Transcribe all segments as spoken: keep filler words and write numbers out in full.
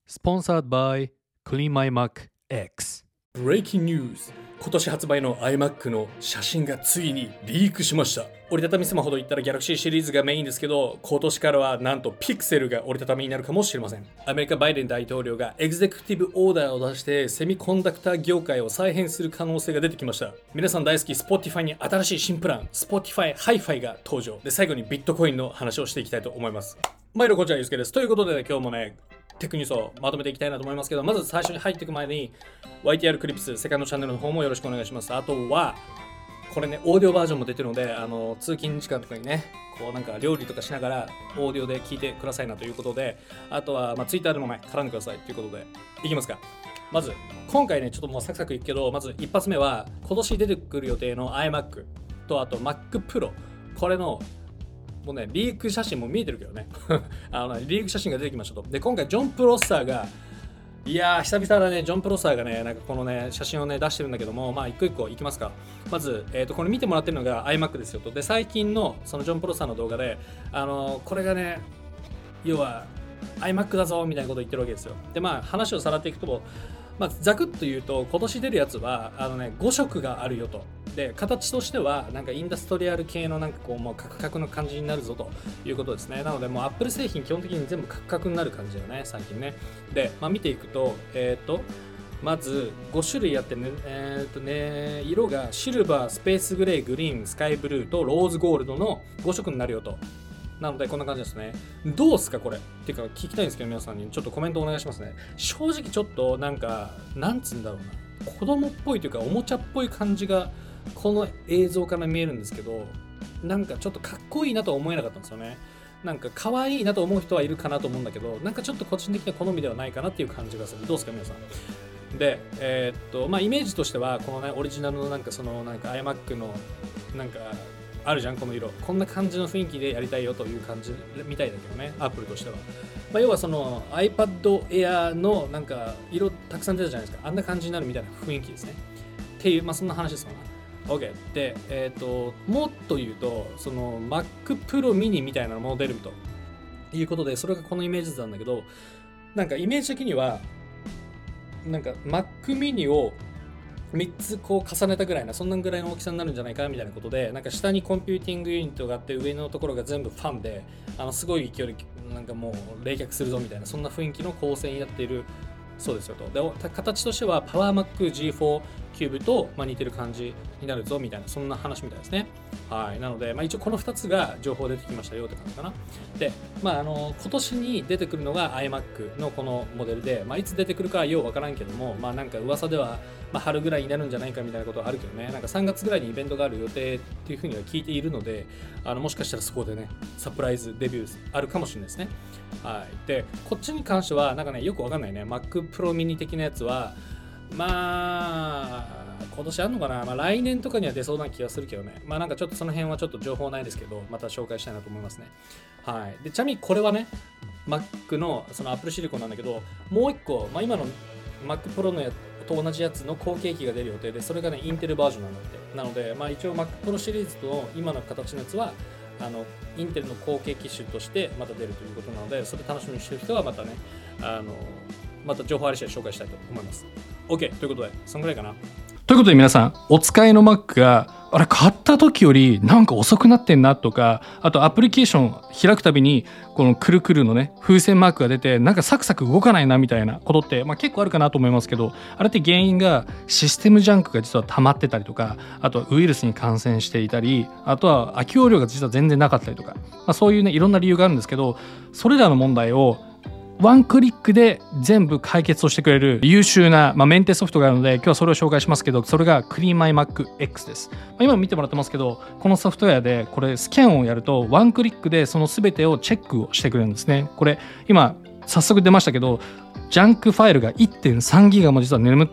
Sponsored by Clean My Mac X。 ブレイキングニュース。今年発売の iMac の写真がついにリークしました。折りたたみスマホといったら Galaxy シリーズがメインですけど、今年からはなんと Pixel が折りたたみになるかもしれません。アメリカバイデン大統領がエグゼクティブオーダーを出してセミコンダクター業界を再編する可能性が出てきました。皆さん大好き Spotify に新しい新プラン Spotify Hi-Fi が登場で、最後にビットコインの話をしていきたいと思います。毎度こちらゆうすけです。ということで、ね、今日もねテクニュースをまとめていきたいなと思いますけど、まず最初に入っていく前に ワイティーアール クリップスセカンドチャンネルの方もよろしくお願いします。あとはこれねオーディオバージョンも出てるので、あの通勤時間とかにねこうなんか料理とかしながらオーディオで聞いてくださいなということで、あとはまあ Twitter でもね絡んでくださいということでいきますか。まず今回ねちょっともうサクサクいくけど、まず一発目は今年出てくる予定の iMac とあと Mac Pro、 これのもうねリーク写真も見えてるけどねあのリーク写真が出てきましたと。で今回ジョン・プロッサーがいやー久々だね、ジョン・プロッサーがねなんかこのね写真をね出してるんだけども、まあ一個一個いきますか。まず、えー、とこれ見てもらってるのが iMac ですよと。で最近のそのジョン・プロッサーの動画であのー、これがね要は iMac だぞみたいなことを言ってるわけですよ。でまあ話をさらっていくと、まあ、ざくっと言うと今年出るやつはあの、ね、ご色があるよと。で形としてはなんかインダストリアル系のなんかこうもうカクカクの感じになるぞということですね。なのでもう Apple 製品基本的に全部カクカクになる感じだよね最近ね。で、まあ、見ていくとえっ、ー、とまずご種類あってね、えっ、ー、とね色がシルバー、スペースグレー、グリーン、スカイブルーとローズゴールドのご色になるよと。なのでこんな感じですね。どうすかこれっていうか聞きたいんですけど、皆さんにちょっとコメントお願いしますね。正直ちょっとなんかなんつうんだろうな、子供っぽいというかおもちゃっぽい感じがこの映像から見えるんですけど、なんかちょっとかっこいいなとは思えなかったんですよね。なんか可愛いなと思う人はいるかなと思うんだけど、なんかちょっと個人的には好みではないかなっていう感じがする。どうですか皆さん。でえー、っとまあイメージとしてはこのねオリジナルのなんかそのなんか iMac のなんかあるじゃんこの色、こんな感じの雰囲気でやりたいよという感じみたいだけどね、アップルとしては。まあ、要はその iPad Air のなんか色たくさん出たじゃないですか、あんな感じになるみたいな雰囲気ですねっていう、まあそんな話ですかな。OK で、えっ、ー、ともっと言うとその Mac Pro Mini みたいなモデルということで、それがこのイメージなんだけど、なんかイメージ的にはなんか Mac Mini をみっつこう重ねたぐらいな、そんなぐらいの大きさになるんじゃないかみたいなことで、なんか下にコンピューティングユニットがあって上のところが全部ファンで、あのすごい勢いでなんかもう冷却するぞみたいな、そんな雰囲気の構成になっているそうですよと。で形としてはパワーマック ジーフォー キューブと、まあ、似てる感じになるぞみたいな、そんな話みたいですね。はい。なので、まあ、一応このふたつが情報出てきましたよって感じかな。で、まあ、あの今年に出てくるのが iMac のこのモデルで、まあ、いつ出てくるかはようわからんけども、まあなんか噂では、まあ、春ぐらいになるんじゃないかみたいなことはあるけどね、なんかさんがつぐらいにイベントがある予定っていうふうには聞いているので、あのもしかしたらそこでねサプライズデビューあるかもしれないですね。はい。でこっちに関してはなんかねよくわかんないね。 Mac Pro Mini 的なやつはまあ今年あんのかな、まあ、来年とかには出そうな気がするけどね。まあなんかちょっとその辺はちょっと情報ないですけど、また紹介したいなと思いますね。はい。でちなみにこれはね Mac のその Apple シリコンなんだけど、もう一個、まあ、今の Mac Pro のやと同じやつの後継機が出る予定で、それがねインテルバージョンなんだって。なのでまあ一応 Mac Pro シリーズと今の形のやつはあのインテルの後継機種としてまた出るということなので、それ楽しみにしてる人はまたねあのまた情報あり次第紹介したいと思います。 OK ということでそんぐらいかな。 ということで皆さん、お使いの Mac があれ買った時よりなんか遅くなってんなとか、あとアプリケーション開くたびにこのくるくるのね風船マークが出てなんかサクサク動かないなみたいなことって、まあ、結構あるかなと思いますけど、あれって原因がシステムジャンクが実は溜まってたりとか、あとはウイルスに感染していたり、あとは空き容量が実は全然なかったりとか、まあ、そういうねいろんな理由があるんですけど、それらの問題をワンクリックで全部解決をしてくれる優秀な、まあ、メンテソフトがあるので、今日はそれを紹介しますけど、それが Clean My Mac X です。まあ、今見てもらってますけど、このソフトウェアでこれスキャンをやるとワンクリックでその全てをチェックをしてくれるんですね。これ今早速出ましたけど、ジャンクファイルが いってんさんギガも実は眠ってると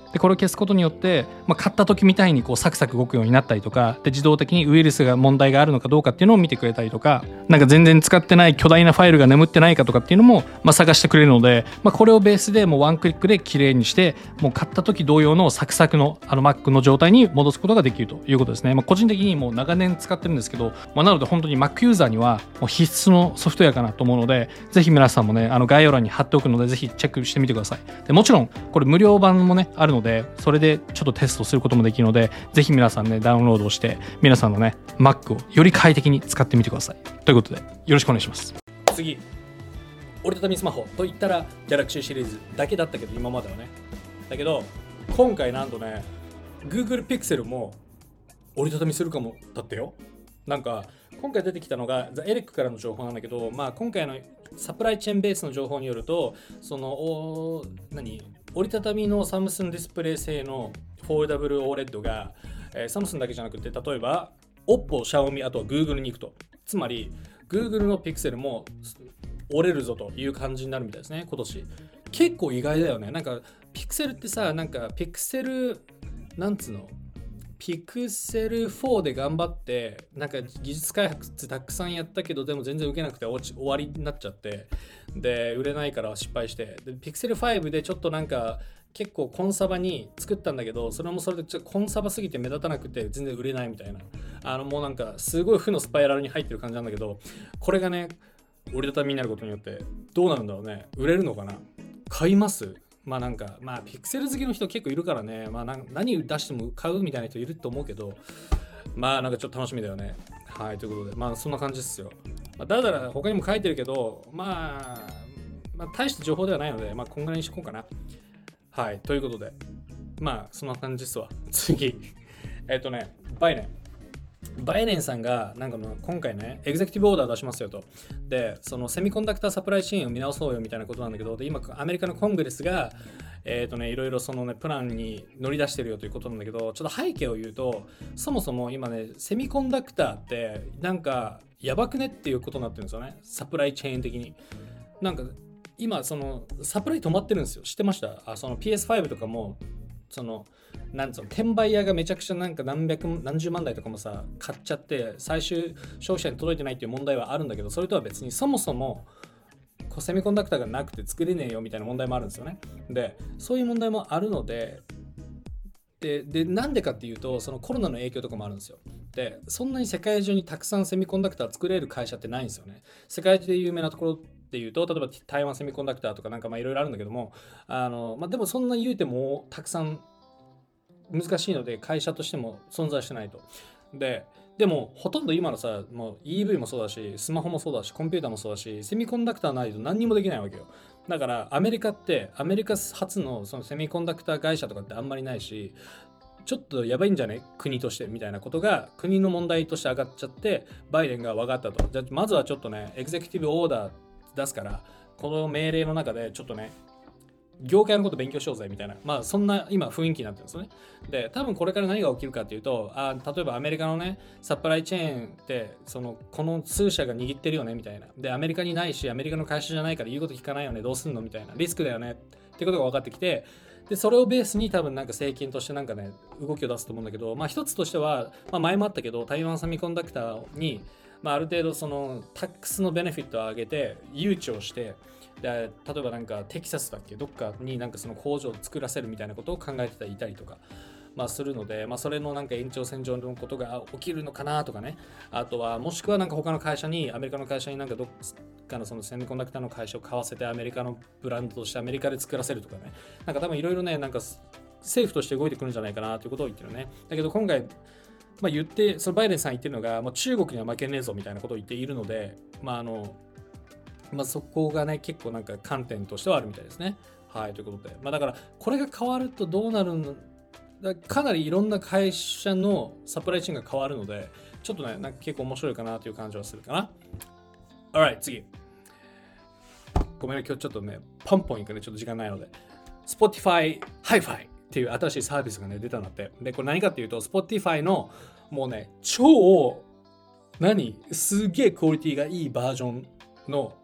でこれを消すことによって、まあ、買った時みたいにこうサクサク動くようになったりとかで、自動的にウイルスが問題があるのかどうかっていうのを見てくれたりとか、なんか全然使ってない巨大なファイルが眠ってないかとかっていうのも、まあ、探してくれるので、まあ、これをベースでもうワンクリックで綺麗にして、もう買った時同様のサクサクのあの Mac の状態に戻すことができるということですね。まあ、個人的にもう長年使ってるんですけど、まあ、なので本当に Mac ユーザーにはもう必須のソフトウェアかなと思うので、ぜひ皆さんもね、あの概要欄に貼っておくので、ぜひチェックしてみてください。でもちろんこれ無料版もねあるので、それでちょっとテストすることもできるので、ぜひ皆さんねダウンロードをして皆さんのね Mac をより快適に使ってみてください。ということでよろしくお願いします。 次、折りたたみスマホといったら Galaxy シリーズだけだったけど、今まではね。だけど今回なんとね Google Pixel も折りたたみするかもだってよ。なんか今回出てきたのがザ・エレックからの情報なんだけど、まあ今回のサプライチェーンベースの情報によると、そのお何折りたたみのサムスンディスプレイ製のフォールダブル オーレッド が、えー、サムスンだけじゃなくて、例えば Oppo、Xiaomi、あとは Google に行くと、つまり Google の Pixel も折れるぞという感じになるみたいですね、今年。結構意外だよね。なんか Pixel ってさ、なんか Pixel なんつうのピクセルフォーで頑張ってなんか技術開発たくさんやったけど、でも全然受けなくて終わりになっちゃって、で売れないから失敗して、でピクセルファイブでちょっとなんか結構コンサバに作ったんだけど、それもそれでちょっとコンサバすぎて目立たなくて全然売れないみたいな、あのもうなんかすごい負のスパイラルに入ってる感じなんだけど、これがね折りたたみになることによってどうなるんだろうね。売れるのかな。買います？まあなんかまあピクセル好きの人結構いるからね、まあ何出しても買うみたいな人いると思うけど、まあなんかちょっと楽しみだよね。はい、ということでまあそんな感じですよ。まあ、だらだら他にも書いてるけど、まあ、まあ大した情報ではないので、まあこんぐらいにしこうかな。はい、ということでまあそんな感じですわ。次えっとねバイデンバイデンさんがなんかの今回ねエグゼクティブオーダー出しますよと。でそのセミコンダクターサプライチェーンを見直そうよみたいなことなんだけど、で今アメリカのコングレスがえっとねいろいろそのねプランに乗り出してるよということなんだけど、ちょっと背景を言うと、そもそも今ねセミコンダクターってなんかやばくねっていうことになってるんですよね、サプライチェーン的に。なんか今そのサプライ止まってるんですよ。知ってました？あその ピーエスファイブ とかもそのなんつうの転売屋がめちゃくちゃなんか何百何十万台とかもさ買っちゃって最終消費者に届いてないっていう問題はあるんだけど、それとは別にそもそもセミコンダクターがなくて作れねえよみたいな問題もあるんですよね。でそういう問題もあるのでででなんでかっていうと、そのコロナの影響とかもあるんですよ。でそんなに世界中にたくさんセミコンダクター作れる会社ってないんですよね。世界中で有名なところっていうと、例えば台湾セミコンダクターとかなんかまあいろいろあるんだけども、あの、まあ、でもそんな言うてもたくさん難しいので会社としても存在してないと。ででもほとんど今のさもう イーブイ もそうだしスマホもそうだしコンピューターもそうだし、セミコンダクターないと何にもできないわけよ。だからアメリカってアメリカ初のそのセミコンダクター会社とかってあんまりないし、ちょっとやばいんじゃね国としてみたいなことが国の問題として上がっちゃって、バイデンが分かったと。じゃあまずはちょっとねエグゼクティブオーダー出すからこの命令の中でちょっとね業界のこと勉強しようぜみたいな、まあそんな今雰囲気になってるんですよね。で多分これから何が起きるかっていうと、あ例えばアメリカのねサプライチェーンってそのこの数社が握ってるよねみたいな、でアメリカにないしアメリカの会社じゃないから言うこと聞かないよね、どうすんのみたいな、リスクだよねってことが分かってきて、でそれをベースに多分なんか政権としてなんかね動きを出すと思うんだけど、まあ一つとしては、まあ、前もあったけど台湾セミコンダクターに、まあ、ある程度そのタックスのベネフィットを上げて誘致をして、で例えばなんかテキサスだっけどっかになんかその工場を作らせるみたいなことを考えていたりとか、まあ、するので、まあ、それのなんか延長線上のことが起きるのかなとかね、あとはもしくはなんか他の会社にアメリカの会社になんかどっかのそのセミコンダクターの会社を買わせてアメリカのブランドとしてアメリカで作らせるとかね、なんか多分いろいろねなんか政府として動いてくるんじゃないかなということを言ってるね。だけど今回まあ言ってそのバイデンさん言ってるのがもう中国には負けねえぞみたいなことを言っているので、まああのまあ、そこがね結構なんか観点としてはあるみたいですね。はいということで、まあ、だからこれが変わるとどうなるのだ、かなりいろんな会社のサプライチェーンが変わるので、ちょっとねなんか結構面白いかなという感じはするかな。Alright 次、ごめんね今日ちょっとねポンポンいくねちょっと時間ないので、 Spotify Hi-Fi っていう新しいサービスがね出たんだって。でこれ何かっていうと Spotify のもうね超何すげえクオリティがいいバージョンの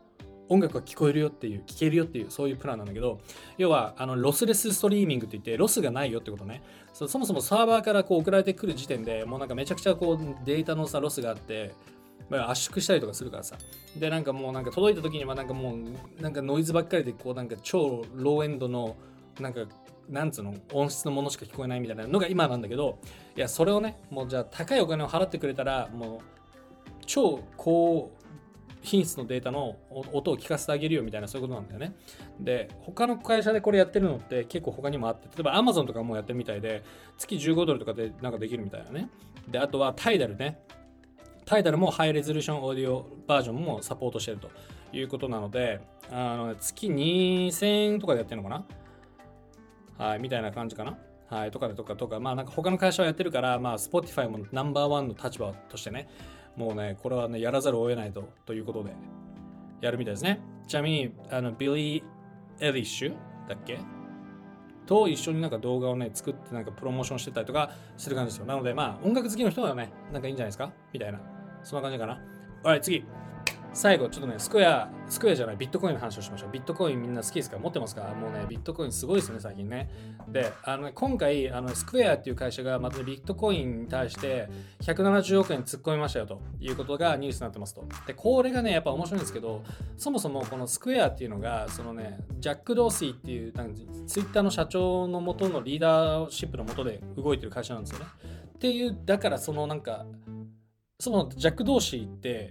音楽が聞こえるよっていう、聞けるよっていう、そういうプランなんだけど、要はあのロスレスストリーミングって言って、ロスがないよってことね。そ, そもそもサーバーからこう送られてくる時点でもうなんかめちゃくちゃこうデータのさロスがあって、まあ、圧縮したりとかするからさ。で、なんかもうなんか届いた時にはなんかもうなんかノイズばっかりでこうなんか超ローエンドのなんかなんつうの音質のものしか聞こえないみたいなのが今なんだけど、いやそれをね、もうじゃあ高いお金を払ってくれたらもう超高品質のデータの音を聞かせてあげるよみたいな、そういうことなんだよね。で、他の会社でこれやってるのって結構他にもあって、例えば Amazon とかもやってるみたいで、月じゅうごドルとかでなんかできるみたいなね。で、あとはタイダルね。タイダルもハイレゾリューションオーディオバージョンもサポートしてるということなので、あの月にせんえんとかでやってるのかな、はい、みたいな感じかな。はい、とかでとかとか、まあなんか他の会社はやってるから、まあ Spotify もナンバーワンの立場としてね、もうね、これはね、やらざるを得ないと、ということで、やるみたいですね。ちなみに、あの、ビリー・エリッシュだっけと一緒になんか動画をね、作ってなんかプロモーションしてたりとかする感じですよ。なので、まあ、音楽好きの人はね、なんかいいんじゃないですかみたいな。そんな感じかな。はい、次。最後、ちょっとね、スクエア、スクエアじゃない、ビットコインの話をしましょう。ビットコインみんな好きですか？持ってますか？もうね、ビットコインすごいですね、最近ね。で、あの、ね、今回、あの、スクエアっていう会社がまた、ね、ビットコインに対してひゃくななじゅうおくえん突っ込みましたよということがニュースになってますと。で、これがね、やっぱ面白いんですけど、そもそもこのスクエアっていうのが、そのね、ジャック・ドーシーっていう、なんかツイッターの社長の元のリーダーシップの下で動いてる会社なんですよね。っていう、だからそのなんか、そのジャック・ドーシーって、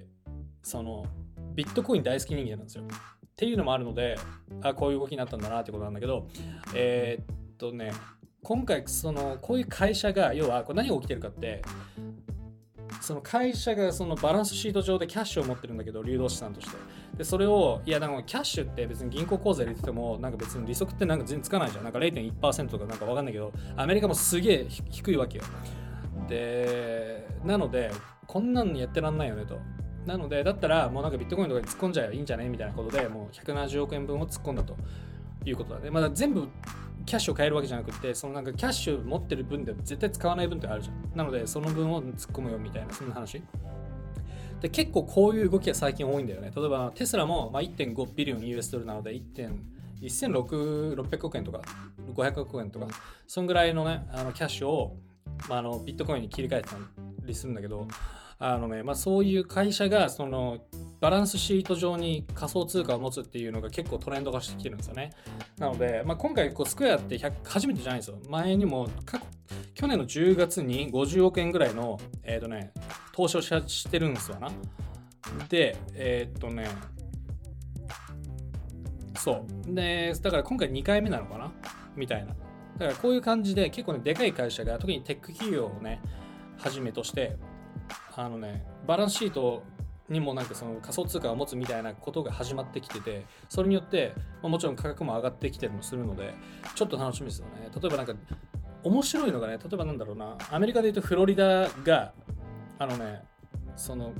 その、ビットコイン大好き人間なんですよ。っていうのもあるので、あ、こういう動きになったんだなってことなんだけど、えー、っとね、今回、その、こういう会社が、要は、これ何が起きてるかって、その会社がそのバランスシート上でキャッシュを持ってるんだけど、流動資産として。で、それを、いや、なんかキャッシュって別に銀行口座入れてても、なんか別に利息ってなんか全然つかないじゃん。なんか れいてんいちパーセント とかなんかわかんないけど、アメリカもすげえ低いわけよ。で、なので、こんなんやってらんないよねと。なので、だったらもうなんかビットコインとかに突っ込んじゃえばいいんじゃねみたいなことで、もうひゃくななじゅうおくえんぶんを突っ込んだということだね。まだ全部キャッシュを変えるわけじゃなくて、そのなんかキャッシュ持ってる分で絶対使わない分ってあるじゃん。なので、その分を突っ込むよみたいな、そんな話。で、結構こういう動きが最近多いんだよね。例えば、テスラもまあ いってんごビリオン ユーエス ドルなので、せんろっぴゃくおくえんとか、ごひゃくおくえんとか、そんぐらいのね、あのキャッシュを、まあ、あのビットコインに切り替えてたりするんだけど、あのね、まあ、そういう会社がそのバランスシート上に仮想通貨を持つっていうのが結構トレンド化してきてるんですよね。なので、まあ、今回こうスクエアって初めてじゃないんですよ。前にも過去去年のじゅうがつにごじゅうおくえんぐらいの、えーとね、投資をしてるんですよな。で、えっ、ー、とね、そう。で、だから今回にかいめなのかなみたいな。だからこういう感じで結構ね、でかい会社が特にテック企業をね、はじめとして、あのね、バランスシートにもなんかその仮想通貨を持つみたいなことが始まってきてて、それによって、まあ、もちろん価格も上がってきてるのするので、ちょっと楽しみですよね。例えばなんか、面白いのがね、例えばなんだろうな、アメリカで言うとフロリダが、あのね、その、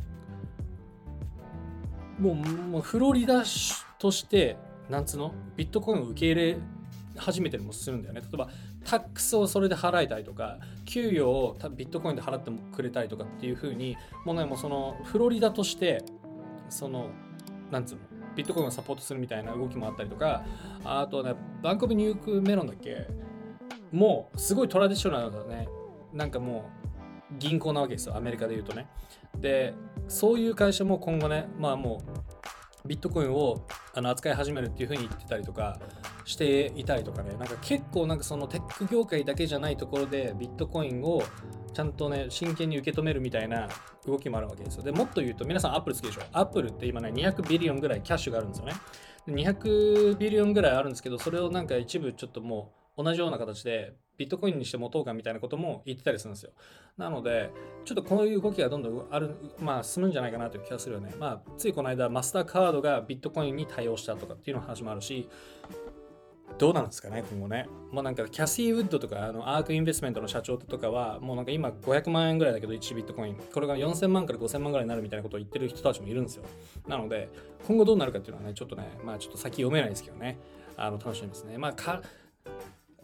もう、もうフロリダとして、なんつうの、ビットコインを受け入れ始めてるもするんだよね。例えばタックスをそれで払えたりとか、給与をビットコインで払ってくれたりとかっていう風に、もうね、もうそのフロリダとしてそのなんつうのビットコインをサポートするみたいな動きもあったりとか、あとはね、バンコブニュークメロンだっけ、もうすごいトラディショナルだね。なんかもう銀行なわけですよ、アメリカで言うとね。で、そういう会社も今後ね、まあもうビットコインをあの扱い始めるっていう風に言ってたりとかしていたりとかね、なんか結構なんかそのテック業界だけじゃないところでビットコインをちゃんとね真剣に受け止めるみたいな動きもあるわけですよ。でもっと言うと、皆さんアップル好きでしょ。アップルって今ねにひゃくビリオンぐらいキャッシュがあるんですよね。にひゃくビリオンぐらいあるんですけど、それをなんか一部ちょっともう同じような形でビットコインにして持とうかみたいなことも言ってたりするんですよ。なのでちょっとこういう動きがどんどんある、まあ進むんじゃないかなという気がするよね。まあついこの間マスターカードがビットコインに対応したとかっていうの話もあるし、どうなんですかね今後ね。もうなんかキャシー・ウッドとかあのアークインベストメントの社長とかはもうなんか今ごひゃくまんえんぐらいだけどいちビットコイン、これがよんせんまんからごせんまんぐらいになるみたいなことを言ってる人たちもいるんですよ。なので今後どうなるかっていうのはね、ちょっとね、まあちょっと先読めないですけどね、あの楽しみですね。まあか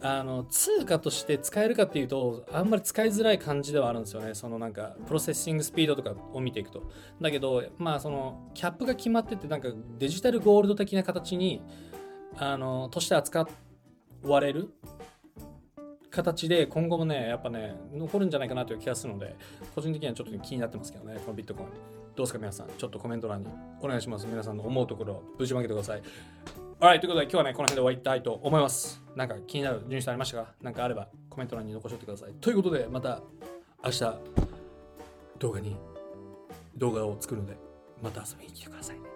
あの通貨として使えるかっていうとあんまり使いづらい感じではあるんですよね。そのなんかプロセッシングスピードとかを見ていくと。だけどまあそのキャップが決まっててなんかデジタルゴールド的な形にあのとして扱われる形で今後もねやっぱね残るんじゃないかなという気がするので、個人的にはちょっと気になってますけどね、このビットコインどうですか皆さん。ちょっとコメント欄にお願いします。皆さんの思うところをぶちまけてください。はい、ということで今日はねこの辺で終わりたいと思います。なんか気になるニュースありましたか？なんかあればコメント欄に残しておいてください。ということでまた明日動画に動画を作るのでまた遊びに来てくださいね。